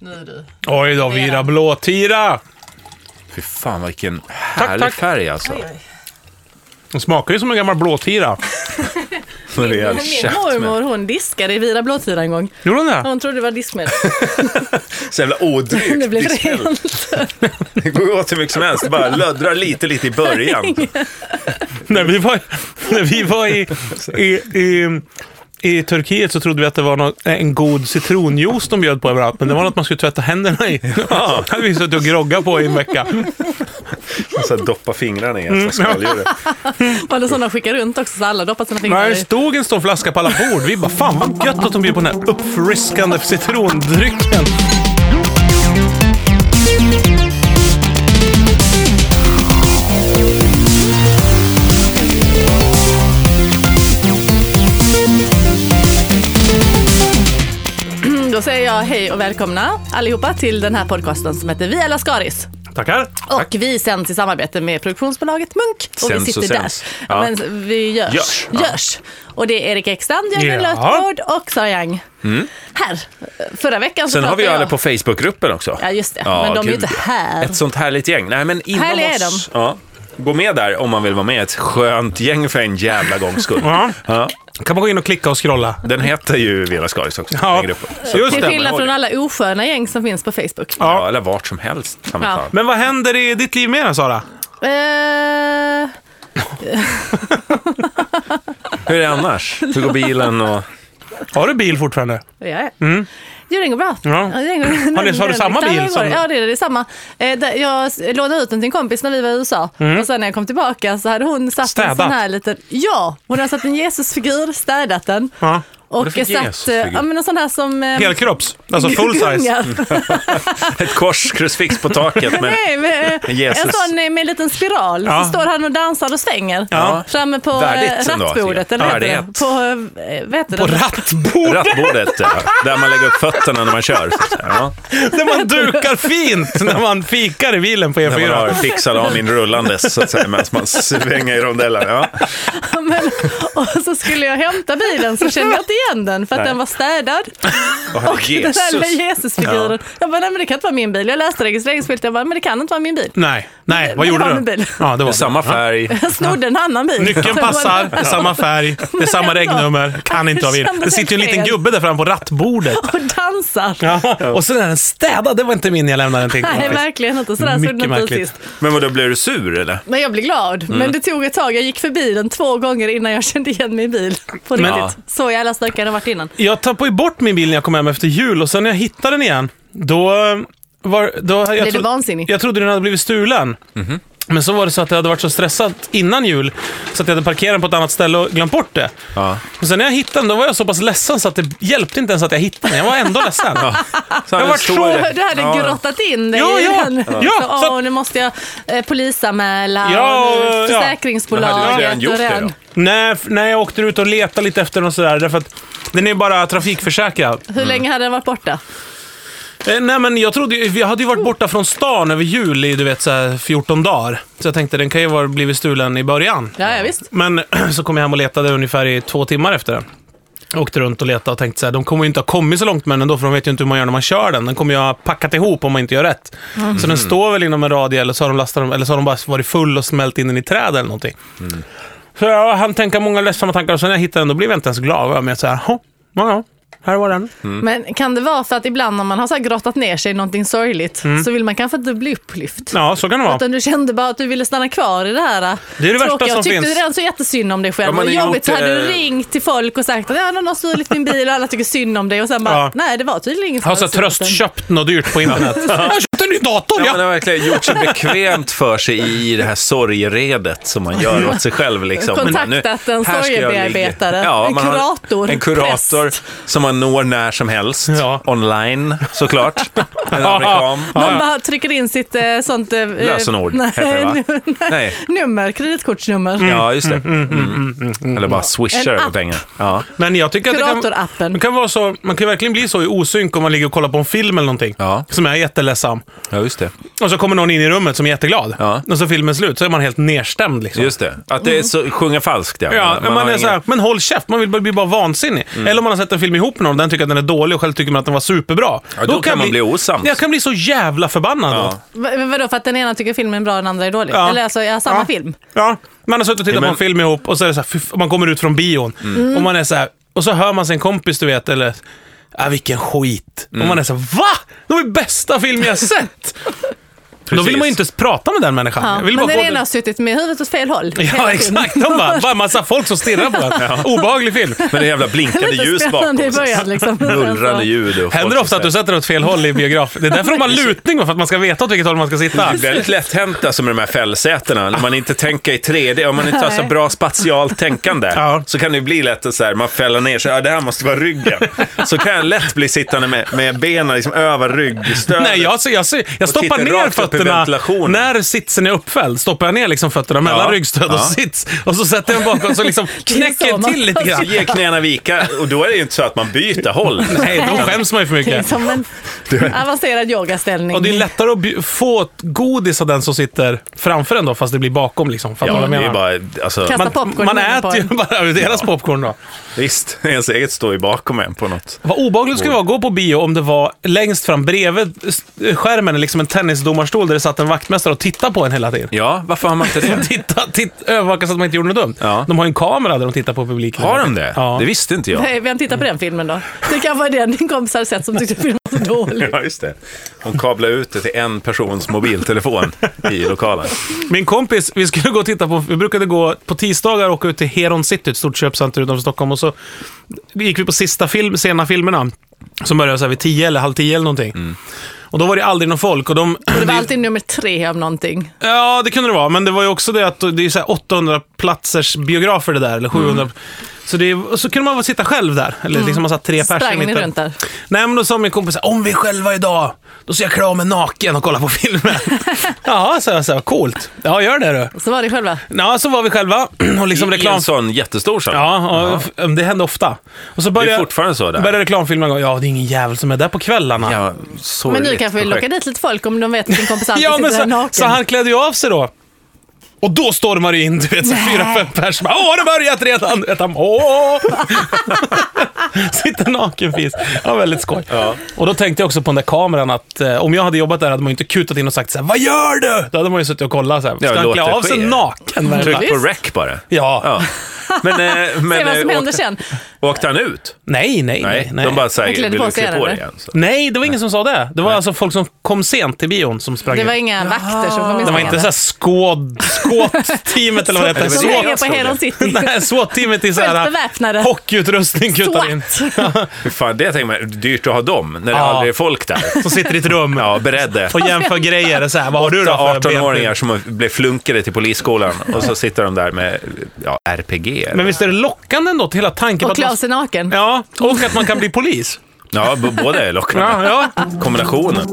Nu är du. Oj då, Vira blåtira. Fy fan, vilken härlig färg alltså. Oj, oj. Den smakar ju som en gammal blåtira. Min mormor, hon diskade i Vira blåtira en gång. Gjorde hon det? Hon trodde det var diskmedel. Så jävla odrygt. Det blev rent. Det går ju åt hur mycket som helst. Bara löddrar lite i början. När vi var i Turkiet så trodde vi att det var en god citronjuice de bjöd på överallt. Men det var något man skulle tvätta händerna i. Ja, det hade vi suttit och grogga på i en vecka. Så doppa fingrarna i en skaldjur. Var det sådana skickar runt också så alla doppat sina fingrar Nej, i? det stod en stor flaska på alla bord. Vi bara, fan vad gött att de bjöd på den här uppfriskande citrondrycken. Då säger jag hej och välkomna allihopa till den här podcasten som heter Via Lascaris. Tackar. Och vi sänds i samarbete med produktionsbolaget Munk. Och vi sitter där. Ja. Men vi görs. Och det är Erik Ekstrand, Jörgen Lötgård och Sara Young. Här. Förra veckan så sen har vi alla på Facebookgruppen också. Ja, just det. Men de är ju inte här. Ett sånt härligt gäng. Nej, men inom härliga oss. Är de. Ja. Gå med där om man vill vara med. Ett skönt gäng för en jävla gångs skull. Ja. Kan man gå in och klicka och scrolla. Den heter ju Via Lascaris också. Ja. Just till skillnad från alla osköna gäng som finns på Facebook. Ja, eller vart som helst. Ja. Men vad händer i ditt liv med den, Sara? Hur är det annars? Hur går bilen och... Har du bil fortfarande? Ja. Jo, det går bra. Ja. Har du samma bil? Ja, det är samma. Jag lånade ut den till en kompis när vi var i USA. Och sen när jag kom tillbaka så hade hon satt en sån här liten... Ja, hon hade satt en Jesusfigur, städat den. Ja. Och satt en sån här som... Helkropps, alltså full size. Ett kors, krucifix på taket med Jesus. En sån med en liten spiral. Så står han och dansar och svänger. Ja. Framme på rattbordet. Eller på rattbordet, ja. Där man lägger upp fötterna när man kör. Ja. Där man dukar fint när man fikar i bilen på E4. När man har fixat av min rullandes så att säga, medan man svänger i rondellen. Ja. Och så skulle jag hämta bilen så kände jag inte igen den för att den var städad. Och Jesus. den där med Jesusfiguren. Jag bara, nej men det kan inte vara min bil. Jag läste registreringsskylten, jag bara, men det kan inte vara min bil. Nej, vad gjorde du? Ja, det var samma färg. Jag snodde en annan bil. Nyckeln passar, det är samma färg, det är samma regnummer. Kan inte vara bil. Det sitter ju en liten gubbe där fram på rattbordet. Och dansar. Ja. Och så är den städad, det var inte min jag lämnade den till. Nej, verkligen inte. Sådär såg den ut sist. Men då blev du sur eller? Men jag blev glad. Men det tog ett tag. Jag gick förbi den 2 gånger innan jag kände igen min bil. På riktigt. Så jävla stökig har varit innan. Jag tappade ju bort min bil när jag kom hem efter jul. Och sen när jag hittade den igen, då blev du vansinnig? Jag trodde den hade blivit stulen. Men så var det så att jag hade varit så stressad innan jul så att jag hade parkerat den på ett annat ställe och glömt bort det. Ja. Och sen när jag hittade den, då var jag så pass ledsen så att det hjälpte inte ens att jag hittade den. Jag var ändå ledsen. Du hade grottat in dig i den. Så, nu måste jag polisanmäla försäkringsbolaget. Nej, jag åkte ut och letade lite efter den och sådär. Därför att den är bara trafikförsäkrad. Hur länge hade den varit borta? Nej, men jag trodde vi hade ju varit borta från stan över jul i 14 dagar. Så jag tänkte den kan ju vara blivit stulen i början. Ja, visst. Men så kom jag hem och letade ungefär i 2 timmar efter den. Jag åkte runt och letade och tänkte så här, de kommer ju inte ha kommit så långt med den ändå, för de vet ju inte hur man gör när man kör den. Den kommer ju ha packat ihop om man inte gör rätt. Så den står väl inom en radie eller så har de lastat dem, eller så har de bara varit full och smält in den i träd eller någonting. Så jag hann tänka många ledsamma tankar och sen när jag hittade den då blev jag inte ens glad. Jag med så här, ja. Här var den. Men kan det vara för att ibland när man har så här grottat ner sig i någonting sorgligt så vill man kanske inte bli upplyft? Ja, så kan det vara. Utan du kände bara att du ville stanna kvar i det här. Det är det värsta som finns. Jag tyckte redan så jättesynd om dig själv. Och jobbigt så hade du ringt till folk och sagt att någon har stulit min bil och alla tycker synd om dig. Och sen bara, nej det var tydligen ingen som har så tröstköpt något dyrt på internet. Jag köpte en ny dator. Man har verkligen gjort sig bekvämt för sig i det här sorgredet som man gör åt sig själv. Liksom. Kontaktat en sorgebearbetare, en kurator som man når när som helst. Online, såklart. En amerikan. Man bara trycker in sitt sånt... lösenord, heter det va? Nej. Nummer, kreditkortsnummer. Ja, just det. Eller bara swishar pengar. Ja. Men jag tycker att det kan vara så, man kan verkligen bli så i osynk om man ligger och kollar på en film eller någonting som är jätteleddsam. Ja, just det. Och så kommer någon in i rummet som är jätteglad. Ja. Och så filmen slut, så är man helt nerstämd. Liksom. Just det. Att det är så sjunga falskt. Ja, man är så här, men håll käft, man vill bli bara vansinnig. Eller om man har sett en film ihop med någon, den tycker att den är dålig och själv tycker man att den var superbra. Ja, då kan man bli osams. Jag kan bli så jävla förbannad. Ja. Vadå, för att den ena tycker filmen är bra och den andra är dålig? Ja. Eller alltså, samma film? Ja, man har suttit och tittat på en film ihop och så är det så här, man kommer ut från bion och man är så här, och så hör man sin kompis, du vet, eller vilken skit. Och man är så här, va? Det var ju bästa film jag sett. Då vill man ju inte prata med den människan. Ja, men den ena har suttit med huvudet åt fel håll. Ja, exakt. De bara massa folk som stirrar på den. Ja. Obehaglig film. Men det jävla blinkande ljus bakom. Liksom. Mullrande ljud. Händer ofta att du sätter åt fel håll i biograf. Det är därför de har lutning, för att man ska veta åt vilket håll man ska sitta. Det är väldigt lätt hänt alltså, med de här fällsätena. När man inte tänker i 3D, om man inte har så bra spatialt tänkande, så kan det bli lätt så här, man fäller ner sig, det här måste vara ryggen. Så kan jag lätt bli sittande med benen liksom över ryggstödet. Nej, jag stoppar ner fötterna. När sitsen är uppfälld stoppar jag ner liksom fötterna mellan ryggstöd och sits. Och så sätter jag bakom så liksom knäcker till lite grann. Ger knäna vika. Och då är det ju inte så att man byter håll. Nej, då skäms man ju för mycket. Det är som en avancerad yogaställning. Och det är lättare att få godis av den som sitter framför en då, fast det blir bakom liksom. Ja, det är bara, alltså, kasta popcorn. Man äter ju bara deras popcorn då. Visst, ens eget står ju bakom en på något. Vad obehagligt skulle vara att gå på bio om det var längst fram bredvid skärmen liksom en tennisdomarstol där det satt en vaktmästare och tittade på en hela tiden. Ja, varför har man inte det? Övervaka så att man inte gjorde något dumt. Ja. De har ju en kamera där de tittar på publiken. Har de det? Ja. Det visste inte jag. Nej, vem tittar på den filmen då? Det kan vara den din kompis har sett som tyckte filmen var så dålig. Ja, just det. Hon kablade ut det till en persons mobiltelefon i lokalen. Min kompis, vi brukade gå på tisdagar och åka ut till Heron City, ett stort köpcenter utanför Stockholm, och så gick vi på sena filmerna som började så här vid 10 eller halv 10 eller någonting. Och då var det aldrig någon folk. Och det var alltid nummer 3 av någonting. Ja, det kunde det vara. Men det var ju också det att det är så här 800 platsers biografer det där, eller 700. Så kunde man sitta själv där. Eller liksom man satt 3 personer. Sprang ni runt där? Nej, men då sa min kompis, om vi själva idag, då ska jag klä av mig naken och kolla på filmen. Ja, så coolt. Ja, gör det du. Så var det själva? Ja, så var vi själva. Och liksom reklam... I en sån jättestor sån? Ja, och det hände ofta. Och så det är fortfarande så där. Började reklamfilmen gå, det är ingen jävel som är där på kvällarna. Ja, men nu kanske vi lockar dit lite folk om de vet att din kompis alltid sitter där naken. Så han klädde ju av sig då. Och då stormar det in, du vet, så 4-5 pers. Det har börjat redan. Sitter nakenfis. Ja, väldigt skoj. Ja. Och då tänkte jag också på den där kameran att om jag hade jobbat där hade man ju inte kutat in och sagt så här, vad gör du? Då hade man ju suttit och kollat så här. Ska han klä av sig naken? Tryck på rec bara. Ja. Men se vad som händer sen. Åkte han ut? Nej. De bara säger, vill du klä på det igen? Så. Nej, det var ingen som sa det. Det var alltså folk som kom sent till bion som sprang. Det var inga vakter som kom in. Det var inte så här SWAT-teamet eller vad det heter. De hänger på Heron City. Nej, SWAT-teamet i så här hockeyutrustning kutar in. Fan, det tänker man, dyrt att ha dem när det aldrig är folk där. Som sitter i ett rum. Ja, beredda. Och jämför grejer. Så här, vad har du då för 18-åringar som blev flunkade till polisskolan och så sitter de där med RPG. Men visst är det lockande ändå till hela tanken och klä sig naken. Ja, och att man kan bli polis. Ja, båda är lockande. Ja. Kombinationen.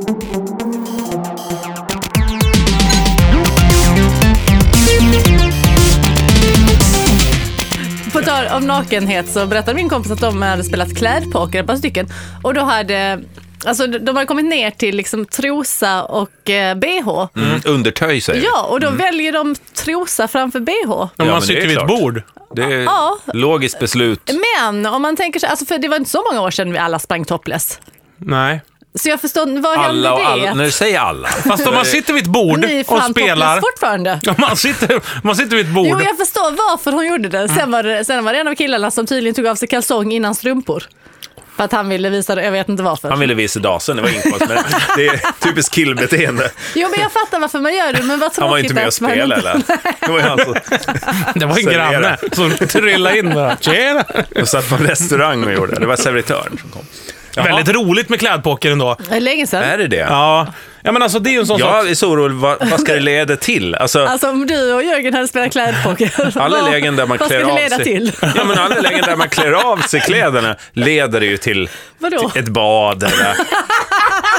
På tal om nakenhet så berättade min kompis att de hade spelat klädpoker på stycken. Och då hade... Alltså de har kommit ner till liksom trosa och BH. Undertöj sig. Ja, och då väljer de trosa framför BH. Om man sitter vid ett bord. Det är logiskt beslut. Men om man tänker sig, alltså för det var inte så många år sedan vi alla sprang topless. Nej. Så jag förstår, vad händer det? Alla, när du säger alla. Fast om man sitter vid ett bord och spelar... fortfarande. Ja, man sitter vid ett bord. Jo, jag förstår varför hon gjorde det. Sen var det en av killarna som tydligen tog av sig kalsong innan strumpor. För att han ville visa det, jag vet inte varför. Han ville visa dasen, det var inget men det är typiskt killbeteende. Jo, men jag fattar varför man gör det, men vad tråkigt. Han var inte med och spela, eller? Det var ju han som... Det var en granne som trillade in bara. Tjena! Och satt på en restaurang och gjorde det. Det var servitören som kom. Jaha. Väldigt roligt med klädpoker ändå. Det är länge sedan. Är det? Ja. Ja, men alltså det är ju en sån sak. Jag är så orolig, vad ska det leda till? Alltså om du och Jörgen hade spelat klädpoker. Alla lägen där man klär av sig. Till? Ja, men alla lägen där man klär av sig kläderna leder det ju till ett bad eller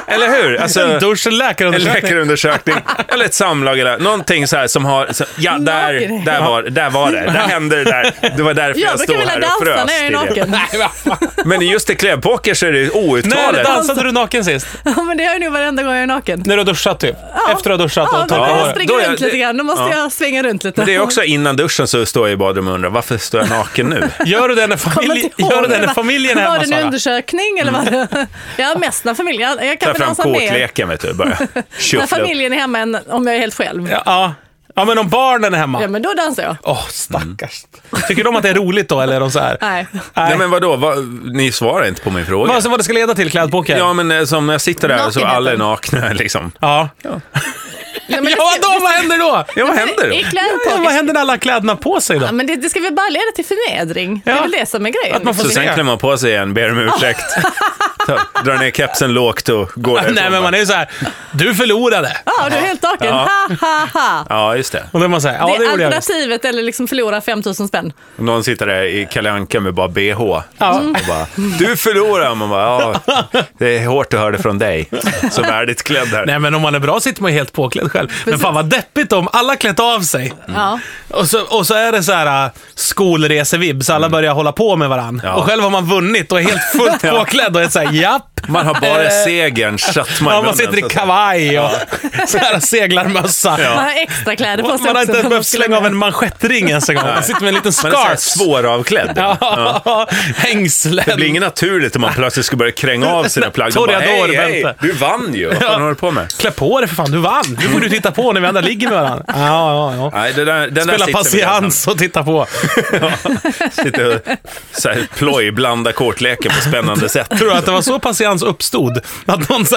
Eller hur? Alltså, en dusch, en läkarundersökning. Eller ett samlag eller någonting så här som har... Så, ja, där var det. Där hände det där. Det var därför jag stod här och frös. När jag är naken. Men just det klädpoker så är det outtaligt. När dansade du naken sist? Ja, men det gör jag nog varenda gång jag är naken. När du har duschat typ? Ja. Efter att du har duschat och torkat håret? Jag springer runt lite grann. Då måste jag svänga runt lite. Men det är också innan duschen så står jag i badrummet och undrar, varför står jag naken nu? Gör du det när familjen är hemma? Var det en undersökning eller vad? Ja, mest när familjen. Jag kan fram kortleken, vet du, bara. När familjen är hemma om jag är helt själv. Ja, men om barnen är hemma. Ja, men då dansar jag. Stackars. Tycker de att det är roligt då, eller är de så här? Nej, men vadå? Ni svarar inte på min fråga. Alltså, vad det ska leda till klädpoker? Ja, men som när jag sitter där så alla är nakna, liksom. Ja. Vad händer då? Ja, vad händer då? Vad händer när alla kläderna på sig då? Ja, men det ska väl bara leda till förnedring. Det är väl det som är grejen. Att man får så sen klär man på sig en, ber om ursäkt. Drar ner kepsen lågt och går nej, men man är ju så här, du förlorade. Ja, du är helt naken. Ha. Ja, just det. Och då man säger, det är alternativet eller liksom förlora 5 000 spänn. Om någon sitter där i Kalle Anka med bara BH. Och bara, du förlorar. Man bara, det är hårt att höra det från dig. Så värdigt klädd här. Nej, men om man är bra sitter man helt påklädd själv. Men fan vad deppigt om alla klätt av sig. Ja. Och så är det så här skolresevibb, så alla börjar hålla på med varann. Och själv har man vunnit och är helt fullt påklädd och är så här, japp. Man har bara segern, satt man sitter i kavaj och så här seglarmössa. Man har extra kläder på sig. Man har inte behövt slänga av en manschettring ens en gång. Man sitter med en liten scarf. Man är svåravklädd. Hängslen. Det blir inget naturligt om man plötsligt ska börja kränga av sina plagg. Hej, du vann ju. Vad fan håller du på med? Klä på det för fan, du vann. Nu får du titta på när vi andra ligger med varandra. Ja. Nej, spela patiens och titta på. Sitter och så här, ploj, blanda kortleken på spännande sätt. Tror du att det var så patiens uppstod? Att någon så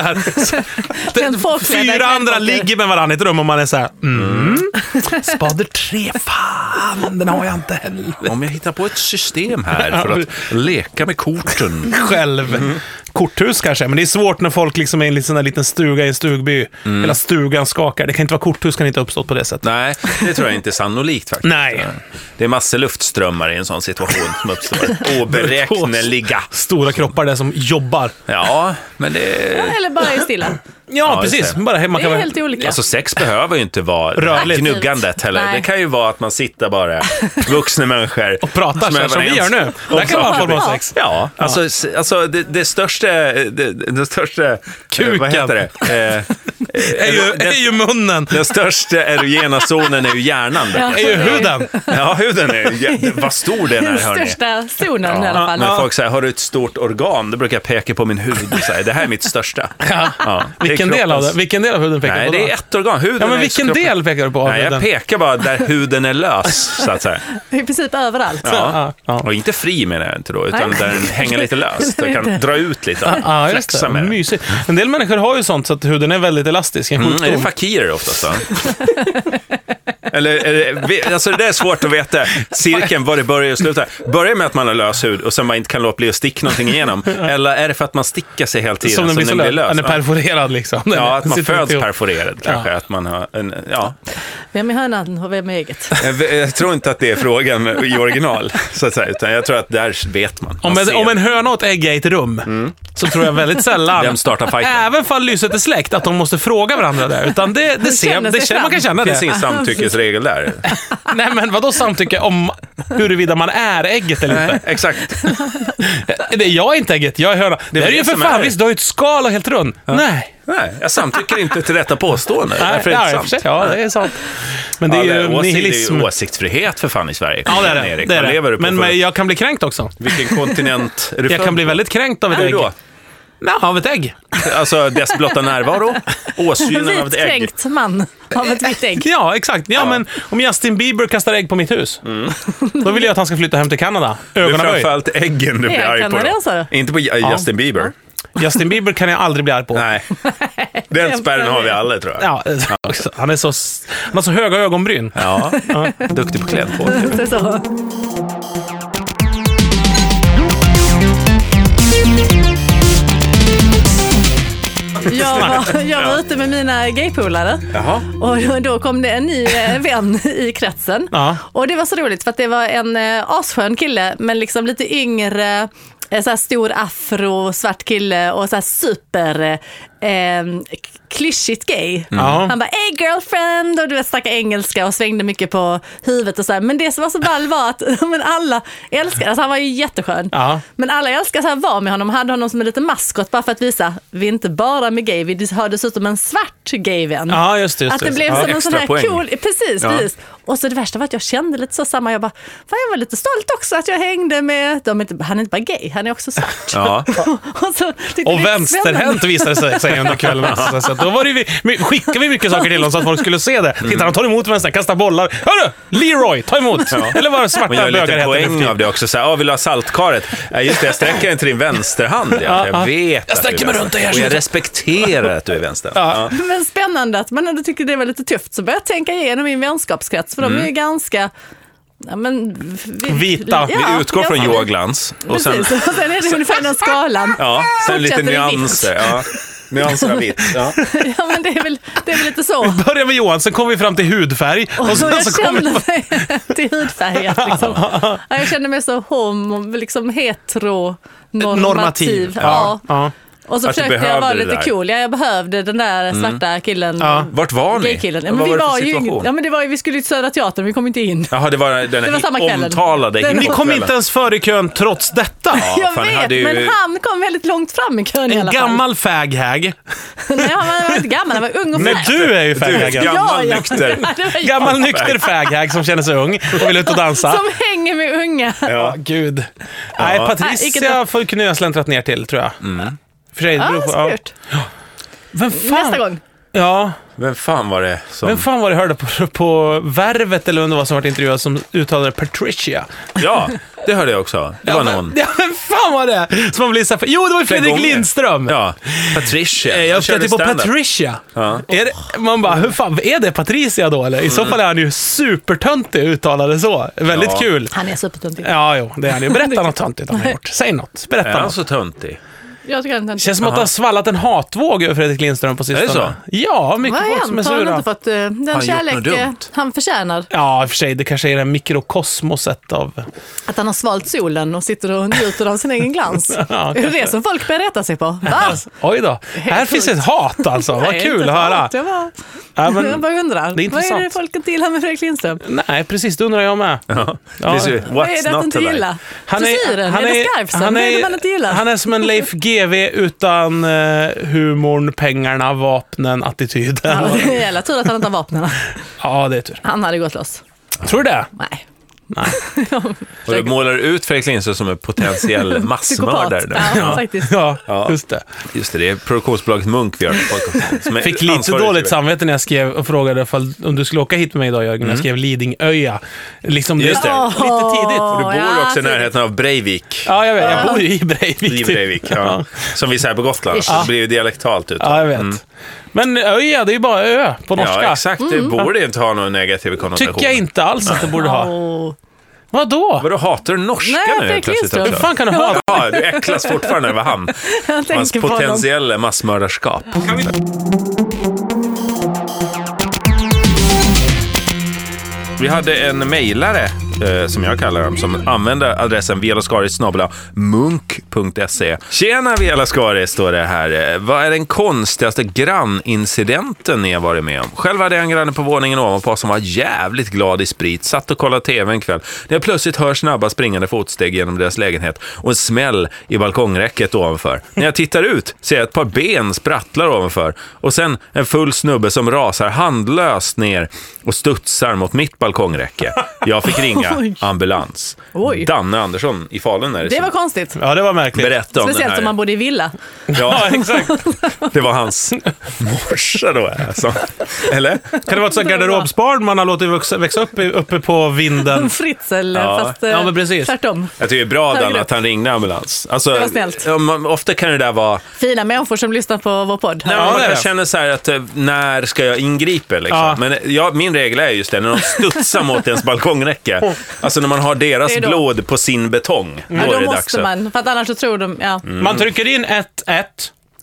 här 4 andra ligger med varandra i ett rum och man är så här spader 3, fan, den har jag inte heller. Om jag hittar på ett system här för att leka med korten själv. Korthus kanske, men det är svårt när folk liksom är i en liten stuga i en stugby. Hela stugan skakar. Det kan inte vara korthus, kan inte ha uppstått på det sättet. Nej, det tror jag inte är sannolikt faktiskt. Nej. Det är massor luftströmmar i en sån situation som uppstår. Oberäkneliga. Stora kroppar där som jobbar. Ja, men det... eller bara är stilla. Ja, precis. Bara hemma det är helt olika. Alltså sex behöver ju inte vara gnuggandet heller. Nej. Det kan ju vara att man sitter bara vuxna människor och pratar som vi gör nu. Där kan man få sex. Ja, alltså det största kuken. Vad heter det? är ju munnen. Den största erogena zonen är ju hjärnan. Är ju huden. Ja, huden är vad stor den är, hörni. Den största zonen i alla fall. Men folk säger, har du ett stort organ? Då brukar jag peka på min hud och säga, det här är mitt största. Vilken del av huden pekar du på? Nej, det är ett organ. Huden. Ja, men vilken del pekar du på? Nej, jag pekar bara där huden är lös, så att säga. I princip överallt. Ja. Och inte fri menar jag inte då, utan där den hänger lite löst. Jag kan dra ut lite. Ja, just det. Mysigt. En del människor har ju sånt så att huden är väldigt elastisk. Är det fakirer oftast då? Eller är det, alltså det är svårt att veta cirkeln, var det börjar och slutar. Börjar med att man har lös hud och sen man inte kan låta bli att sticka någonting igenom. Eller är det för att man stickar sig hela tiden? Som den blir lös. Den är perforerad liksom. Ja, att man föds perforerad kanske. Att man har Vem är hönan och vem är ägget? Jag tror inte att det är frågan i original, så att säga, utan jag tror att där vet man. Om en höna och ett ägg är i ett rum, så tror jag väldigt sällan, de startar fighten. Även fall lyset är släckt, att de måste fråga varandra där. Utan man kan känna det. Det finns ingen samtyckesregel där. Nej, men vadå samtycke om huruvida man är ägget eller inte? Exakt. Jag är inte ägget, jag är höna. Det är ju för fan, visst, du har ju ett skal och helt rund. Nej, jag samtycker inte till detta påstående. Nej, det är sant. Ja, det är sant. Men det är ju nihilism. Det är åsiktsfrihet för fan i Sverige. Ja, det är det. Men jag kan bli kränkt också. Vilken kontinent är du Jag kan bli väldigt kränkt av ett ägg. Nej, av ett ägg. Alltså dess blotta närvaro. Åsynen av ett ägg. Kränkt man av ett vitt ägg. Ja, exakt. Ja, men om Justin Bieber kastar ägg på mitt hus, då vill jag att han ska flytta hem till Kanada. Det är framförallt äggen du blir arg på. Inte på Justin Bieber. Justin Bieber kan jag aldrig bli arg på. Nej. Den spärren har vi alla, tror jag. Ja, han har så höga ögonbryn. Ja. Duktig på klädpåk. Det är så. Jag var ute med mina gaypolare. Och då kom det en ny vän i kretsen. Och det var så roligt för att det var en asskön kille, men liksom lite yngre, så här stor afro, svart kille och så här super klyschigt gay. Han bara, hey girlfriend, och du vet, snacka engelska och svängde mycket på huvudet och så här. Men det som var så ball var att alla älskade, alltså han var ju jätteskön. Men alla älskade att vara med honom, hade honom som en liten maskot bara för att visa, vi är inte bara med gay, vi har dessutom en svart gay-vän. Ja, just det. Att det blev som en sån här cool, precis. Och så det värsta var att jag kände lite så samma, jag var lite stolt också att jag hängde med, han är inte bara gay, han är också svart. och vänsterhänt visade sig under kvällen också. Så då var det skickade vi mycket saker till dem så att folk skulle se det. Titta, han tar emot vänster, kastar bollar. Hörru, Leroy, ta emot. Eller var det svarta bögar heter. Jag gör lite poäng av det också. Så vill du ha saltkaret? Just det, jag sträcker inte din vänsterhand. Jag vet. Jag sträcker mig runt dig här. Och jag respekterar att du är vänster. Men spännande att man ändå tycker det var lite tufft. Så började jag tänka igenom min vänskapskrets. För de är ju ganska... vita. Vi utgår från Joglans. Och sen är det ungefär den skalan. Sen lite nyanser. Nyanser av vitt. Ja, men det är väl lite så. Vi börjar med Johan, sen kommer vi fram till hudfärg. Och så jag kände mig till hudfärg. Liksom. Jag kände mig så heteronormativ. Ja. Och så försökte jag vara lite cool. Jag behövde den där svarta killen. Vart var ni? Gaykillen. Men vi var ju vi skulle till Södra Teatern, vi kom inte in. Jaha, det var samma omtalade. Ni kom inte ens före kön trots detta. Jag vet, men han kom väldigt långt fram i kön i alla fall. En gammal faghag. Nej, han var inte gammal, han var ung och men du är ju faghag. Gammal nykter faghag som känner sig ung och vill ut och dansa. Som hänger med unga. Ja, gud. Nej, Patricia får kunna jag släntrat ner till, tror jag. För sig, Vem fan? Nästa gång. Ja. Vem fan var det hörde på Värvet eller under vad som varit intervjuad som uttalade Patricia? Ja, det hörde jag också. Det var någon. Vem fan var det? Som man blir så här, jo, det var Fredrik Lindström. Ja, Patricia. Jag ska på Patricia. Är det, man bara, hur fan, är det Patricia då? Eller? I så fall är han ju supertöntig uttalade så. Väldigt kul. Han är supertöntig. Ja, jo, det är han ju. Berätta något töntigt han har gjort. Säg något. Berätta något. Är han så töntig? Jag tycker inte. Känns som att det har svallat en hatvåg över Fredrik Lindström på sistone. Är det så? Ja, mycket folk som är sura. Han har inte fått den kärlek han förtjänar. Ja, i och för sig, det kanske är en mikrokosmoset av... Att han har svalt solen och sitter och njuter av sin egen glans. Är det det som folk börjar reta sig på? Va? Oj då. Här finns ett hat alltså. Vad kul att höra. Jag bara undrar. Det är vad är det folk inte gillar med Fredrik Lindström? Nej, precis. Det undrar jag med. Vad är det att inte gilla? Frisyren? Är det skarpsen? Vad är det man inte gillar? Han är som en Leif GW utan humorn, pengarna, vapnen, attityden. Ja, det är jävla tur att han inte har vapnen. Ja, det är tur. Han hade gått loss. Tror du det? Nej. Och du målar ut Fredrik Lindström som en potentiell massmördare. Ja, faktiskt. Ja, just det. Just det är produktionsbolaget Munk vi har. Fick lite dåligt samvete när jag skrev och frågade om du skulle åka hit med mig idag, Jörgen. Jag skrev Lidingöja. Liksom just det. Lite tidigt. Och du bor också i närheten av Breivik. Ja, jag vet. Jag bor ju i Breivik. I Breivik, ja. Som vi säger på Gotland. Så det blir ju dialektalt ut. Ja, jag vet. Men öja, det är ju bara ö på norska. Ja, exakt. Det borde inte ha någon negativ konnotation. Tycker jag inte alls att det borde ha. Vadå? Vadå, hatar du norska nu? Hur fan kan du hata? Ja, du äcklas fortfarande över han. Hans potentiella massmördarskap. Vi hade en mejlare, som jag kallar dem, som använder adressen vialaskaris@munk.se. Tjena Vialaskaris, står det här. Vad är den konstigaste grannincidenten ni har varit med om? Själv hade jag en granne på våningen ovanpå som var jävligt glad i sprit. Satt och kollade tv en kväll. När jag plötsligt hör snabba springande fotsteg genom deras lägenhet och en smäll i balkongräcket ovanför. När jag tittar ut ser jag ett par ben sprattlar ovanför och sen en full snubbe som rasar handlöst ner och studsar mot mitt balkongräcke. Jag fick ringa ambulans. Danne Andersson i Falun. Det var konstigt. Ja, det var märkligt. Berätta om speciellt som man bodde i villa. Ja, exakt. Det var hans morsa då. Alltså. Eller? Kan det vara ett sånt garderobsbarn man har låtit växa upp uppe på vinden? Fritzl, fast men precis. tvärtom. Jag tycker det är bra Dan att han ringde ambulans. Alltså, det var snällt. Ofta kan det där vara... Fina människor som lyssnar på vår podd. Nej, man kan känna så här att när ska jag ingripa liksom? Ja. Men min regel är just det, när de studsar mot ens balkongräcke. Alltså när man har deras blod på sin betong. Då är det måste dags. Man, för att annars så tror de... Ja. Man trycker in 1-1.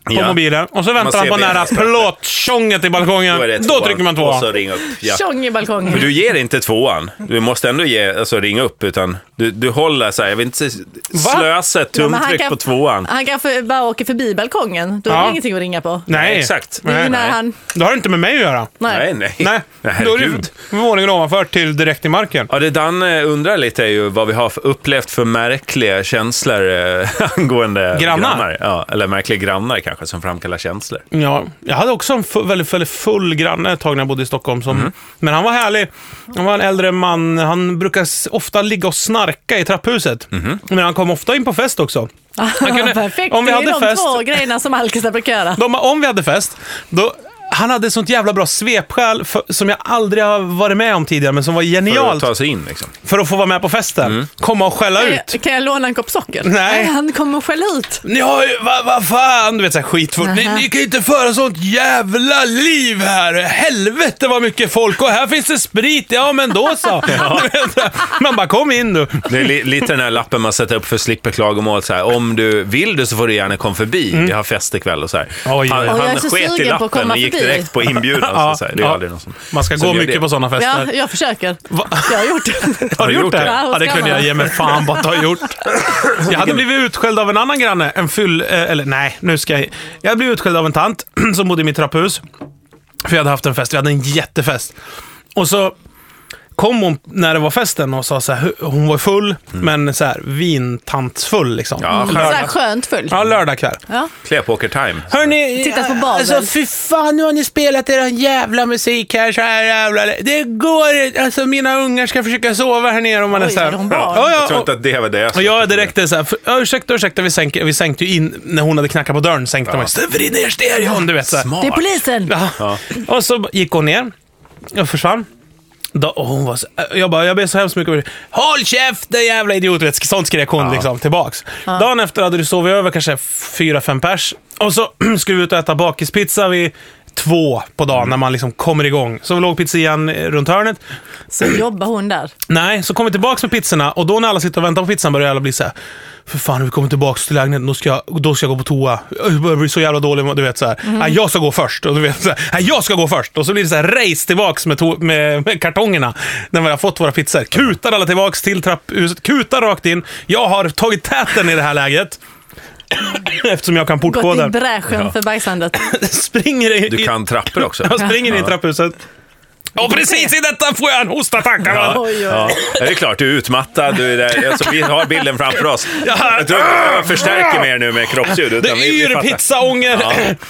på mobilen. Och så väntar han på nära plåttjonget i balkongen. Då trycker man 2. Och så ring upp. Tjong i balkongen. Men du ger inte 2. Du måste ändå ringa upp, utan du håller så här, jag vill inte slösa ett tumtryck på 2. Han kan bara åka förbi balkongen. Då är det ingenting att ringa på. Nej, exakt. Nej. Det har inte med mig att göra. Nej. Då är det våningen ovanför till direkt i marken. Ja, det Dan undrar lite är ju vad vi har upplevt för märkliga känslor angående grannar. Ja, eller märkliga grannar kanske som framkallar känslor. Ja, jag hade också en väldigt full granne ett tag när jag bodde i Stockholm. Men han var härlig. Han var en äldre man. Han brukar ofta ligga och snarka i trapphuset. Men han kom ofta in på fest också. Perfekt, om vi hade de fest, 2 grejerna som alkisar brukar göra. Om vi hade fest, då... Han hade sånt jävla bra svepskäl som jag aldrig har varit med om tidigare, men som var genialt. För att ta sig in liksom. För att få vara med på festen. Komma och skälla ut. Kan jag låna en kopp socker? Nej. Han kommer och skälla ut. Ja, vad fan, du vet så här skitfort. Ni kan ju inte föra sånt jävla liv här. Helvete vad mycket folk, och här finns det sprit. Ja, men då så. Man bara, kom in du. Det är lite den här lappen man sätter upp för slipper klagomål så här. Om du vill så får du gärna komma förbi. Vi har fest ikväll och så här. Han sket i lappen och gick direkt på inbjudan. Så det är aldrig någon som... Man ska gå mycket på sådana fester. Ja, jag försöker. Jag har gjort det. Har du gjort det? Ja, det kunde jag ge mig fan på att ha gjort. Jag hade blivit utskälld av en annan granne. Jag blev utskälld av en tant som bodde i mitt trapphus. För jag hade haft en fest. Vi hade en jättefest. Och så kom hon när det var festen och sa så här, hon var full, men så här vintantsfull liksom. Ja, så här skönt full. Ja, lördagkväll. Ja. Kläpåker-time. Hörni, tittat på Babel. Alltså fy fan, nu har ni spelat er jävla musik här så här jävla. Det går, alltså mina ungar ska försöka sova här nere om man är så här. Jag tror inte att det var det. Och jag är direkt så här, ursäkta, vi sänkte ju in när hon hade knackat på dörren, sänkte man. Vrid ner stereon, du vet så här. Det är polisen. Ja. Och så gick hon ner och försvann. Och hon var så, jag ber så hemskt mycket. Håll käften jävla idiot, sånt skrek hon liksom tillbaks. Dagen efter hade du sovit över kanske 4-5 pers. Och så skulle vi ut och äta bakispizza vid 2 på dagen när man liksom kommer igång. Så vi låg pizzan runt hörnet. Så jobbar hon där? Nej, så kom vi tillbaks med pizzorna. Och då när alla sitter och väntar på pizzan börjar alla bli så här: för fan, vi kommer tillbaka till lägenheten, då ska jag gå på toa. Jag börjar bli så jävla dålig, du vet så här. Nej, jag ska gå först. Och du vet så här, nej, jag ska gå först. Och så blir det så här race tillbaks med kartongerna när vi har fått våra pizzor. Kutar alla tillbaks till trapphuset, kutar rakt in. Jag har tagit täten i det här läget. Eftersom jag kan portkoden. Gått i bräschen för bajsandet. Du kan trappor också. Jag springer in i trapphuset. Och precis i detta får jag en hostattack. Ja. Det är klart, du är utmattad. Du är där. Alltså, vi har bilden framför oss. Jag tror jag förstärker mer nu med kroppsljud. Det är pizzaånger.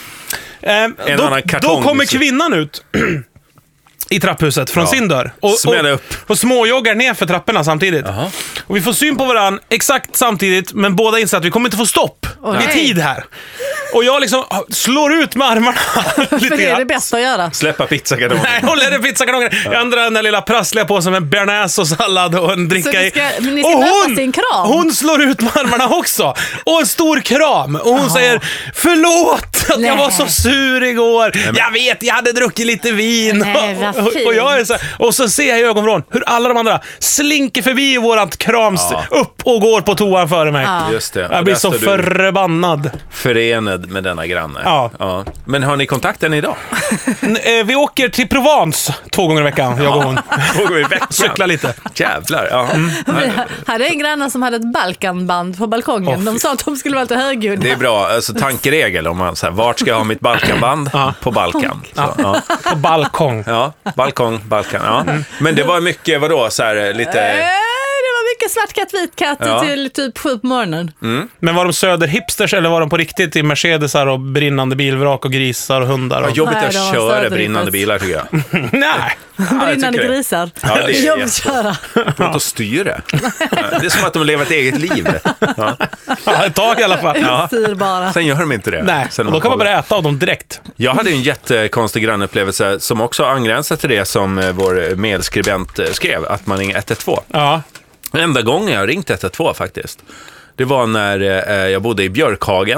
Då kommer kvinnan ut i trapphuset från sin dörr. Och småjoggar ner för trapporna samtidigt. Och vi får syn på varann exakt samtidigt, men båda inser att vi kommer inte få stopp i tid här. Och jag liksom slår ut med armarna. För det är det bästa att göra. Släppa pizzakartonger. Nej, håller det pizzakartonger. Jag andrar den där lilla prassliga påsen med bearnaise och sallad och en dricka i. Och hon slår ut med armarna också. Och en stor kram. Och hon säger, förlåt att jag var så sur igår. Jag vet, jag hade druckit lite vin. Och jag är så här, och så ser jag i ögonvrån hur alla de andra slinker förbi vårat krams upp och går på toan före mig. Just det. Jag blir så förbannad. Förenad med denna granne. Ja. Men har ni kontakten idag? Vi åker till Provence 2 gånger i veckan, jag och hon. 2 gånger i veckan? Cykla lite. Jävlar, Vi hade en granne som hade ett Balkanband på balkongen. De sa att de skulle vara lite högljudda. Det är bra, alltså tankeregel om man så här, vart ska jag ha mitt Balkanband? På Balkan. Så, På balkong. Ja, Balkan. Men det var mycket, vadå, så här lite... Mycket svart katt, vit katt till typ 7 på morgonen. Men var de söderhipsters eller var de på riktigt i Mercedesar och brinnande bilvrak och grisar och hundar? Och... Jobbigt att köra brinnande bilar tycker jag. Nej. Brinnande grisar. Ja, det är jobbigt att köra. Prata och styra. Det är som att de lever ett eget liv. Ett tag i alla fall. Sen gör de inte det. Nej, och då kan man börja äta av dem direkt. Jag hade en jättekonstig grannupplevelse som också angränsar till det som vår medskribent skrev, att man ringer 112. Ja. Enda gången jag ringt 112 faktiskt. Det var när jag bodde i Björkhagen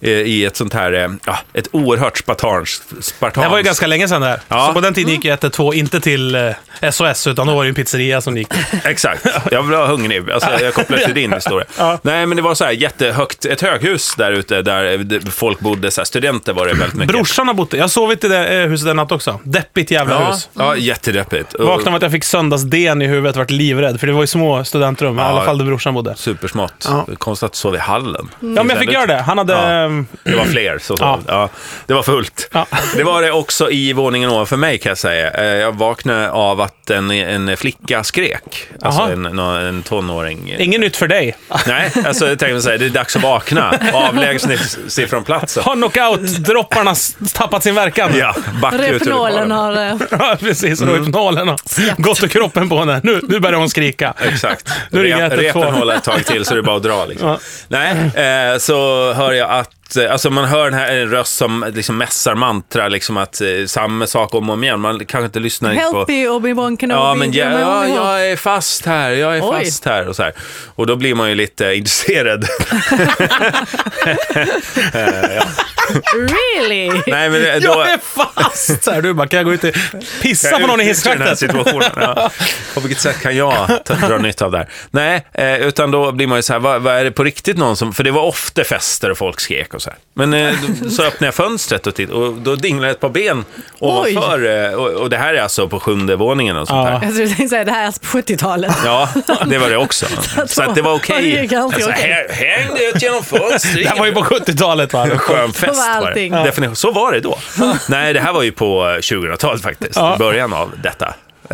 i ett sånt här, ett oerhört spartans. Det var ju ganska länge sedan det här. Ja. Så på den tiden gick 112 inte till SOS, utan då var det en pizzeria som gick. Exakt, jag var hungrig. Alltså, jag kopplar till din historia. Ja. Nej, men det var så här jättehögt, ett höghus där ute där folk bodde, så här, studenter var det väldigt mycket. Brorsan har bott där. Jag sovit i det huset en natt också. Deppigt jävla hus. Ja, jättedeppigt. Vaknade med att jag fick söndagsden i huvudet, vart livrädd, för det var ju små studentrum, i alla fall där brorsan bodde. Supersmått. Konstigt att sova i hallen. Ja, men jag fick göra det. Han hade... det var fler, så. Ja, det var fullt. Ja. Det var det också i våningen ovanför mig, kan jag säga. Jag vaknade av att en flicka skrek. Alltså en tonåring. Ingen nytt för dig. Nej, alltså jag tänkte säga, det är dags att vakna. Avlägsna sig från platsen. Har knockout-dropparna tappat sin verkan? Ja, backa ut. Repnolen har... Ja, precis. Repnolen har gått i kroppen på henne. Nu börjar hon skrika. Exakt. Repen håller ett tag till, så det är bara att dra liksom. Ja. Nej, så hör jag att alltså man hör den här röst som liksom mässar mantra, liksom att samma sak om och om igen. Man kanske inte lyssnar Help på... me, Obi-Wan Kenobi. Ja, men jag är fast här, fast här och så här. Och då blir man ju lite intresserad. Really? Nej, men då... Jag är fast! Så här, du bara, kan jag gå ut och pissa på någon i hisstrakten? Ja. På vilket sätt kan jag dra nytta av det här? Nej, utan då blir man ju så här, vad är det på riktigt någon som... För det var ofta fester och folk skrek och så här. Men så öppnade jag fönstret och då dinglade ett par ben ovanför. Och det här är alltså på 7:e våningen och sånt där. Jag tänkte säga, det här är alltså på 70-talet. Ja, det var det också. Så att det var okej. Alltså, hängde ut genom fönstret. Det här var ju på 70-talet, va? En skön fest var det. Definitivt. Så var det då. Nej, det här var ju på 2000-talet faktiskt. I början av detta.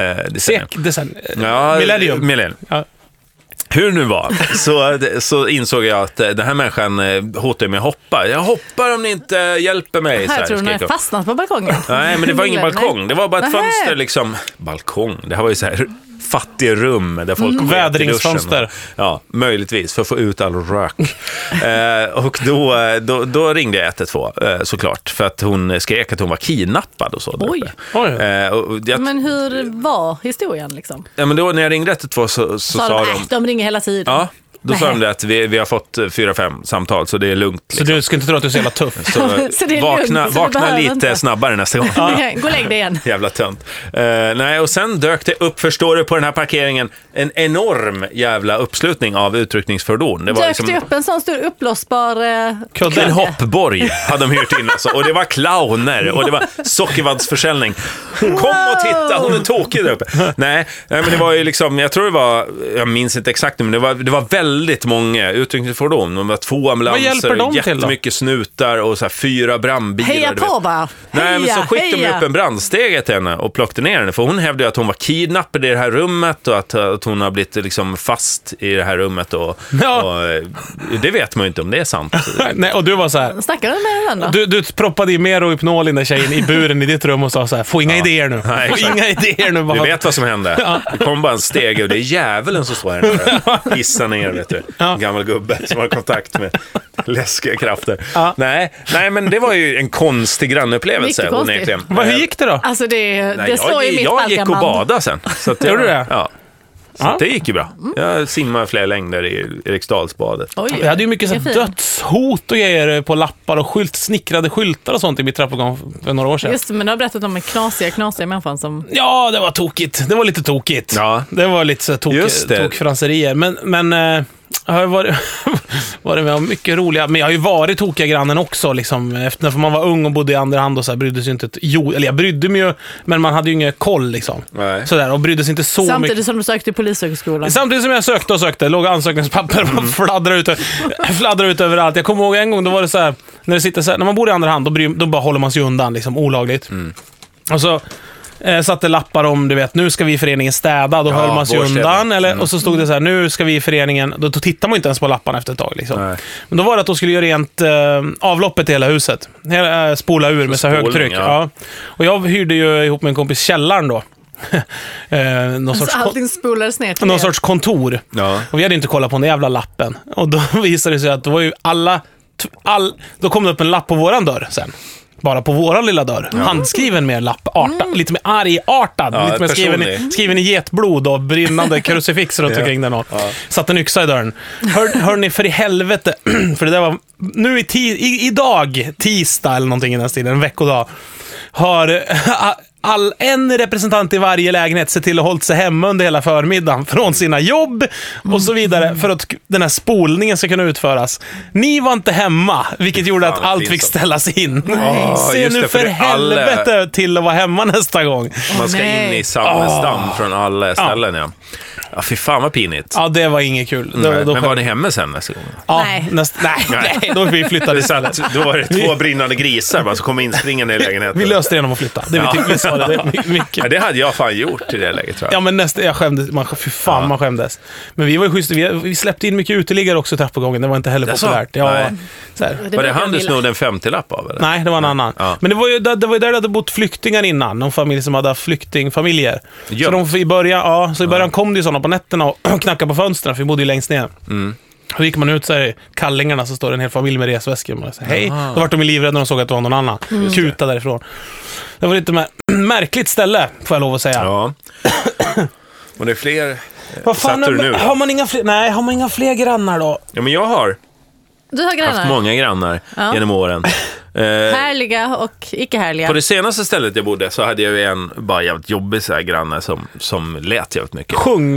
Millennium. Ja. Hur nu var, så insåg jag att den här människan hotade mig att hoppa. Jag hoppar om ni inte hjälper mig. Jag tror hon har fastnat på balkongen. Nej, men det var ingen balkong. Det var bara ett fönster liksom. Balkong, det här var ju så här fattiga rum där folk vädringsfönster. Ja, möjligtvis för att få ut all rök. Och då ringde jag 112 såklart, för att hon skrek att hon var kidnappad och så. Oj. Men hur var historien liksom? Ja, men då när jag ringde 112 så sa de ringer hela tiden. Ja. Då sa de det att vi har fått 4-5 samtal, så det är lugnt. Liksom. Så du ska inte tro att du är så jävla tuff? Så det är vakna lite inte snabbare nästa gång. Ja. Gå och lägg dig igen. Jävla tönt. Nej, och sen dök det upp, förstår du, på den här parkeringen en enorm jävla uppslutning av utryckningsfordon. Det var dök det upp en sån stor uppblåsbar kudde. En hoppborg hade de hyrt in alltså. Och det var clowner och det var sockervaddsförsäljning. Kom och titta, hon är tokig där uppe. Nej, men det var ju liksom, jag tror det var, jag minns inte exakt, men det var väldigt många utryckningsfordon. De var 2 ambulanser och jättemycket snutar och så här 4 brandbilar. Heja på va? Nej, men så skickade de upp en brandstege till henne och plockade ner henne. För hon hävdade att hon var kidnappad i det här rummet och att hon har blivit liksom fast i det här rummet. Och det vet man ju inte om det är sant. Nej, och du var så här... Snackar du med henne då? Du proppade i mer och Hypnol in där tjejen i buren i ditt rum och sa så här, få inga idéer nu. Nej, få inga idéer nu. Du vet vad som hände. Det kom bara en stege och det är djävulen som står här. Hissa ner, vet du. En gammal gubbe som har kontakt med läskiga krafter. Nej, men det var ju en konstig grannupplevelse. Hur gick det då? Alltså det står i mitt jag gick och badade sen. Så att gjorde du det? Ja. Så det gick ju bra. Jag simmade flera längder i Eriksdalsbadet. Jag hade ju mycket så dödshot och grejer på lappar och snickrade skyltar och sånt i mitt trappuppgång för några år sedan. Just det, men du har berättat om en knasiga människan som... Ja, det var tokigt. Det var lite tokigt. Ja. Det var lite så tokfranserier. Men jag har varit med om mycket roliga, men jag har ju varit tokiga grannen också liksom, efter när man var ung och bodde i andra hand och så här, brydde sig inte eller jag brydde mig ju, men man hade ju ingen koll liksom. Så där, och brydde sig inte så samtidigt mycket. Som du sökte i polishögskolan. Samtidigt som jag sökte, låg ansökningspapper fladdrar ut överallt. Jag kommer ihåg en gång, då var det så här, när det sitter så här, när man bor i andra hand då bara håller man sig undan liksom, olagligt. Och så satte lappar om, du vet, nu ska vi i föreningen städa, då höll man sig undan, och så stod det så här, nu ska vi i föreningen, då tittar man inte ens på lapparna efter ett tag liksom. Men då var det att de skulle göra rent avloppet i hela huset, spola ur med så högtryck. Ja. Och jag hyrde ju ihop med en kompis källaren då. Allting spolades ner till någon sorts kontor. Och vi hade inte kollat på den jävla lappen. Och då visade det sig att det var ju då kom det upp en lapp på våran dörr sen. bara på våran lilla dörr. Handskriven med lapp, lite mer argartad, lite mer skriven i getblod och brinnande krucifix runt omkring den. Satt en yxa i dörren. Hör ni för i helvete, för det där var nu idag, tisdag eller någonting i den stilen, en veckodag, har en representant i varje lägenhet se till att hålla sig hemma under hela förmiddagen från sina jobb och så vidare för att den här spolningen ska kunna utföras. Ni var inte hemma, vilket gjorde att allt fick ställas in. Se nu för helvete till att vara hemma nästa gång. Man ska in i samma stam från alla ställen, Ja, fy fan vad pinigt. Ja, det var inget kul. Men var ni hemma sen nästa gång? Ja, nej, då vi flyttade istället. Då var det 2 brinnande grisar bara, som kom inspringande i lägenheten. Vi löste det genom att flytta. Ja, det hade jag fan gjort i det läget, tror jag. Ja, men jag skämdes. Man skämdes. Men vi var ju schysst. Vi släppte in mycket uteliggare också i trappuppgången. Det var inte heller populärt. Ja, så här. Var det han du snodde en 50-lapp av? Eller? Nej, det var en annan. Ja. Men det var ju där det hade bott flyktingar innan. Någon familj som hade haft flyktingfamiljer. Ja. Så i början kom det ju sådana på nätterna och knackade på fönstren, för vi bodde ju längst ner. Då gick man ut så här i kallingarna, så står det en hel familj med resväskor. Man säger hej. Då var de livrädda när de såg att det var någon annan. Kuta därifrån. Det var lite märkligt ställe, får jag lov att säga. Ja. Och det är fler... Vad fan, har man inga fler grannar då? Ja, men jag har. Du har grannar? Haft många grannar genom åren. Härliga och icke härliga. På det senaste stället jag bodde så hade jag ju en bara jävligt jobbig så här granne som lät jävligt mycket.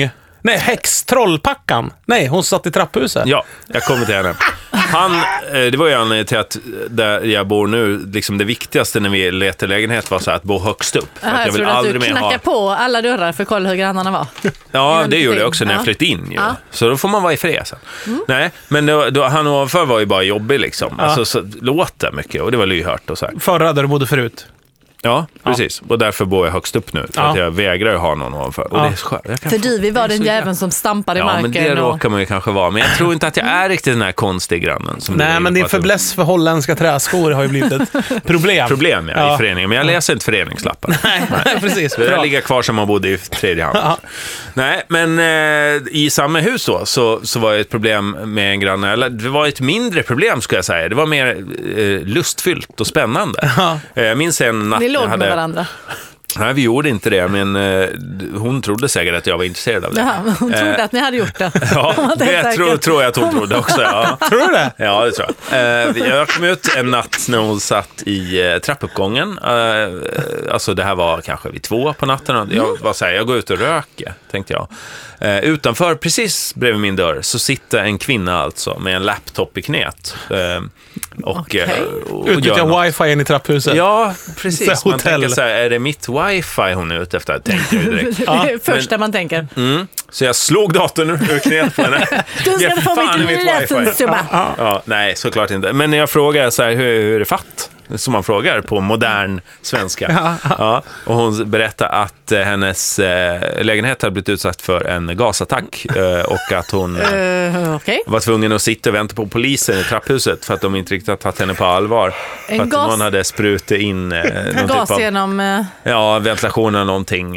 Trollpackan. Nej, hon satt i trapphuset. Ja, jag kommer till henne. Det var ju anledningen till att där jag bor nu, liksom det viktigaste när vi letar lägenhet var så att bo högst upp. För att jag vill aldrig mer knacka på alla dörrar för att kolla hur grannarna var. Ja, det gjorde jag också när jag flyttade in. Ju. Så då får man vara i fred sen. Nej, men då, han ovanför var ju bara jobbig liksom. Alltså så låter mycket och det var lyhört och så här. Förra där du bodde förut. Ja, precis. Och därför bor jag högst upp nu. För att jag vägrar ha någon ovanför. Och det är skönt. För vi var den jäveln som stampade i marken. Ja, men det råkar man ju kanske vara. Men jag tror inte att jag är riktigt den här konstiga grannen. Som nej, men din fäbless för holländska träskor har ju blivit ett problem. I föreningen. Men jag läser inte föreningslappar. Nej, precis. Det ligger kvar som man bodde i tredje hand. Nej, men i samma hus då, så var det ett problem med en granne. Eller det var ett mindre problem, ska jag säga. Det var mer lustfyllt och spännande. Jag minns en natt låg med varandra. Nej, vi gjorde inte det, men hon trodde säkert att jag var intresserad av det. Jaha, hon trodde att ni hade gjort det. Ja, det tror jag att hon trodde också. Ja. Tror du det? Ja, det tror jag. Jag kom ut en natt när hon satt i trappuppgången. Alltså det här var kanske vid 2 på natten. Jag var så här, jag går ut och röker, tänkte jag. Utanför, precis bredvid min dörr, så sitter en kvinna alltså med en laptop i knät. Och utnyttjar wifi in i trapphuset. Ja, precis. Man tänker så här, är det mitt wifi hon är ute efter? Tänkte jag direkt. Det är det första man tänker. Så jag slog datorn ur knät på henne. Du ska få mitt wifi. Nej, såklart inte. Men när jag frågar så här, hur är det fatt? Som man frågar på modern svenska. Ja, och hon berättar att hennes lägenhet hade blivit utsatt för en gasattack och att hon var tvungen att sitta och vänta på polisen i trapphuset för att de inte riktigt hade tagit henne på allvar. För att någon hade sprutat in någon gas typ av, genom ventilationen eller någonting.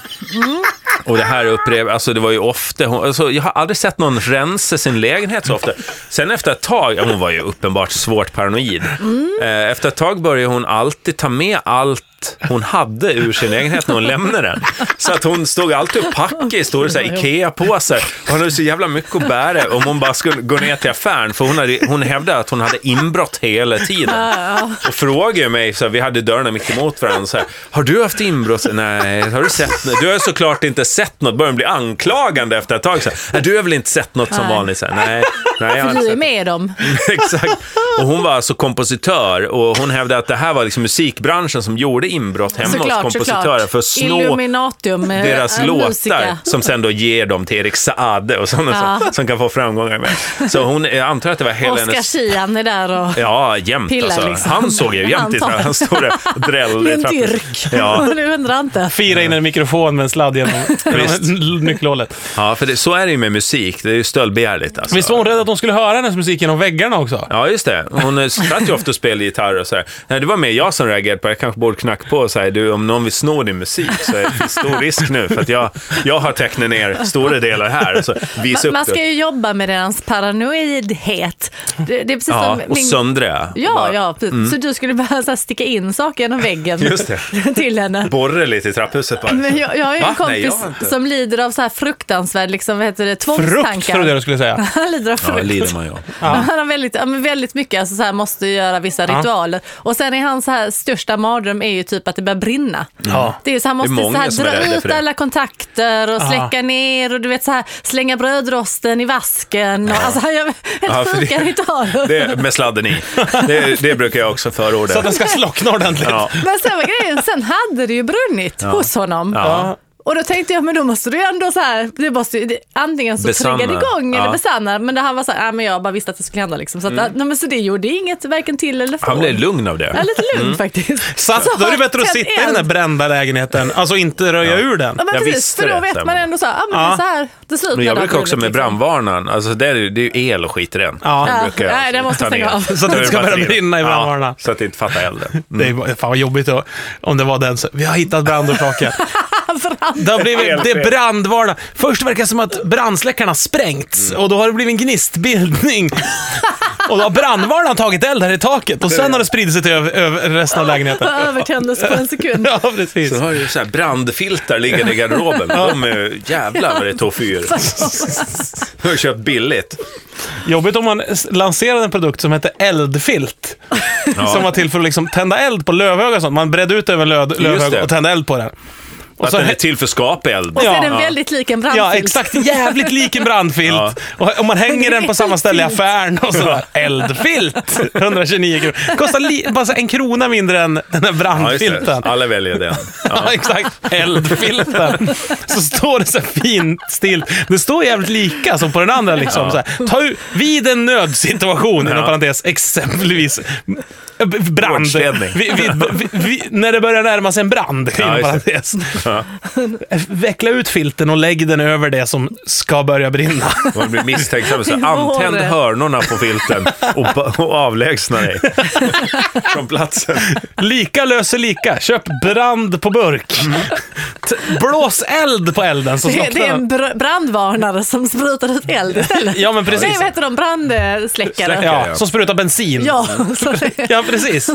Och det här alltså det var ju ofta alltså, jag har aldrig sett någon rensa sin lägenhet så ofta. Sen efter ett tag, hon var ju uppenbart svårt paranoid. Efter ett tag började hon alltid ta med allt hon hade ur sin lägenhet när hon lämnade den. Så att hon stod alltid och packade i stora Ikea-påsar. Hon hade så jävla mycket att bära om hon bara skulle gå ner till affären. För hon hävdade att hon hade inbrott hela tiden. Och frågade mig, så här, vi hade dörrarna mitt emot varandra. Så här, har du haft inbrott? Nej, har du sett något? Du har såklart inte sett något. Börjar bli anklagande efter ett tag. Så här, du har väl inte sett något som vanligt? Så här, nej, jag för du är med dem. Exakt. Och hon var alltså kompositör. Och hon hävdade att det här var liksom musikbranschen som gjorde inbrott hemma hos kompositörer för att snå deras låtar som sen då ger dem till Erik Saade och sådana som kan få framgångar med. Så hon, jag antar att det var hela hennes... Oskar Kian är där och jämt pillar, alltså. Liksom. Han såg ju jämt när han stod där och drällde i trappen. Nu undrar inte. Fira in en mikrofon med en sladd genom nyckelhålet. Ja, för så är det ju med musik. Det är ju stöldbegärligt. Alltså. Visst var hon rädd att de skulle höra hennes musik genom väggarna också? Ja, just det. det. Hon satt ju ofta och spelade gitarr och så här. Nej, det var mer jag som reagerade på. Jag kanske borde knacka på och säga, du, om någon vill snå din musik så är det stor risk nu. För att jag har tecknat ner stora delar här. Och så visa upp man ska ju jobba med deras paranoidhet. Det är precis som och söndra. Ja, så du skulle bara så här, sticka in saker genom väggen. Just det. Till henne. Borra lite i trapphuset bara. Men jag har ju en kompis som lider av så här fruktansvärd liksom, vad heter det, tvångstankar. Frukt, tror jag skulle säga. Han lider av frukt. Ja, lider man ju. Han har väldigt mycket, alltså så här, måste göra vissa ritualer. Och sen är hans så här, största mardröm är ju typ att det börjar brinna. Ja. Det är så han måste så här, dra ut alla kontakter och släcka ner och du vet så här, slänga brödrosten i vasken. Och, alltså han gör helt sjuka ritualer. Det med sladden i. Det brukar jag också förorda. Så att den ska slockna ordentligt. Ja. Men sen var grejen, sen hade det ju brunnit hos honom. Ja. Och då tänkte jag, men då måste du ju ändå så här, antingen så triggade igång eller besanna. Men det han var så här, men jag bara visste att det skulle hända liksom. Så, att, men så det gjorde inget varken till eller från. Han blev lugn av det. Ja, lite lugn faktiskt. Så då är det bättre att sitta i den där brända lägenheten. Alltså inte röja ur den. Ja, men precis, för då vet man ändå så här, men det är så här, det slutar. Men jag brukar också med brandvarnaren, alltså det är ju el och skit i den. Nej, det måste stänga av. Så att det ska börja brinna i brandvarnaren. Så att det inte fattar elden. Det är fan vad jobbigt om det var den. Vi har hittat brandorsaken. Det har blivit brandvarnare. Först verkar det som att brandsläckarna sprängts och då har det blivit en gnistbildning. Och då har brandvarnaren tagit eld här i taket och sen har det spridit sig till över resten av lägenheten. Övertändes på en sekund. Ja, precis. Så har ju så här brandfiltar liggande i garderoben. De är jävlar vad det tog fyr. Jag har köpt billigt. Jobbigt om man lanserade en produkt som heter eldfilt. Som var till för att liksom tända eld på lövhög och sånt. Man bredde ut över lövhög och tände eld på den. Och så den är till för skapeld. Och så är den väldigt lik en brandfilt. Ja, exakt. Jävligt lik en brandfilt. Och man hänger den på samma ställe i affären och så eldfilt. 129 kronor. Kostar bara 1 krona mindre än den här brandfilten. Alla väljer den. Ja, exakt. Eldfilten. Så står det så fint still. Det står jävligt lika som på den andra liksom. Så här. Ta ut vid en nödsituation, inom parentes, exempelvis brand. När det börjar närma sig en brand, inom parentes. Veckla ut filten och lägg den över det som ska börja brinna. Man blir misstänksam. Så antänd hörnorna på filten och avlägsna dig från platsen. Lika löser lika. Köp brand på burk. Blås eld på elden. Så det är en brandvarnare som sprutar ut eld istället. Ja, men precis. Det heter de brandsläckare. Ja, som sprutar bensin. Ja, ja precis.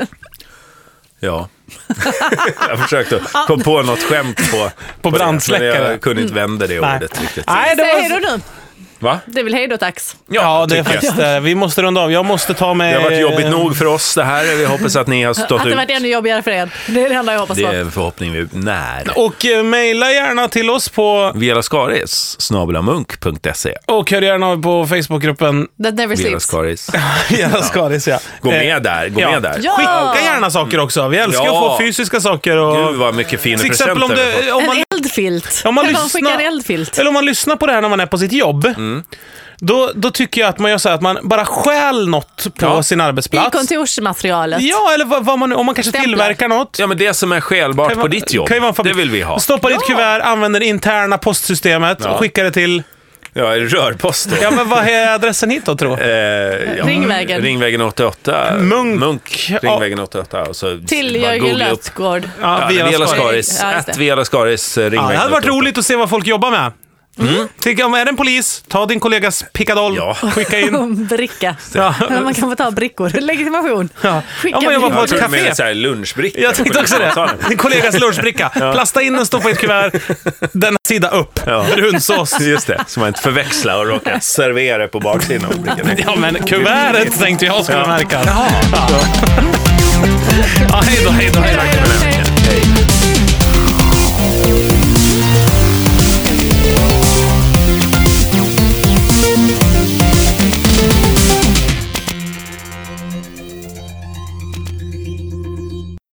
Ja. Jag försökte komma på något skämt på brandsläckare. Men jag kunde inte vända det ordet riktigt. Nej, det var... Säg hej då nu. Va? Det är väl hej då, tax. Ja, det är faktiskt vi måste runda av. Jag måste ta med... Det har varit jobbigt nog för oss det här. Vi hoppas att ni har stått ut. Att det har varit ännu jobbigare för er. Det är det enda jag hoppas på. Det är en förhoppning vi när. Och mejla gärna till oss på vialaskaris@munk.se. Och hör gärna av på Facebookgruppen That Never Sleeps. Vialaskaris, ja. Gå med där, Ja. Skicka gärna saker också. Vi älskar att få fysiska saker. Och... Gud vad mycket fina till exempel presenter. om man en eldfilt. Om man skicka en eldfilt. Eller om man lyssnar på det här när man är på sitt jobb. Då tycker jag att man gör så här att man bara stjäl något på sin arbetsplats. I kontorsmaterialet. Ja, eller vad man, om man kanske tillverkar något. Ja, men det som är stjälbart på ditt jobb, det vill vi ha. Stoppa ditt kuvert, använder det interna postsystemet och skickar det till... Ja, rörpost då. Ja, men vad är adressen hit då, tro? Ringvägen. Ringvägen 88. Munk. Ringvägen 88. Och så till Jörgen Lötgård. Ja, Vialaskaris. Vialaskaris Ringvägen 88. Det hade varit roligt att se vad folk jobbar med. Tycker jag, är det en polis, ta din kollegas pickadoll, skicka in bricka. Man kan få ta brickor, legitimation. Om man jobbar på ett café. Så här lunchbricka. Jag tänkte också det. Din kollegas lunchbricka. Plasta in den, stoppa i ett kuvert. Denna sida upp. Brunsås. Just det, så man inte förväxlar och råkar servera på baksidan. Ja, men kuvertet tänkte jag skulle märka. Hej då.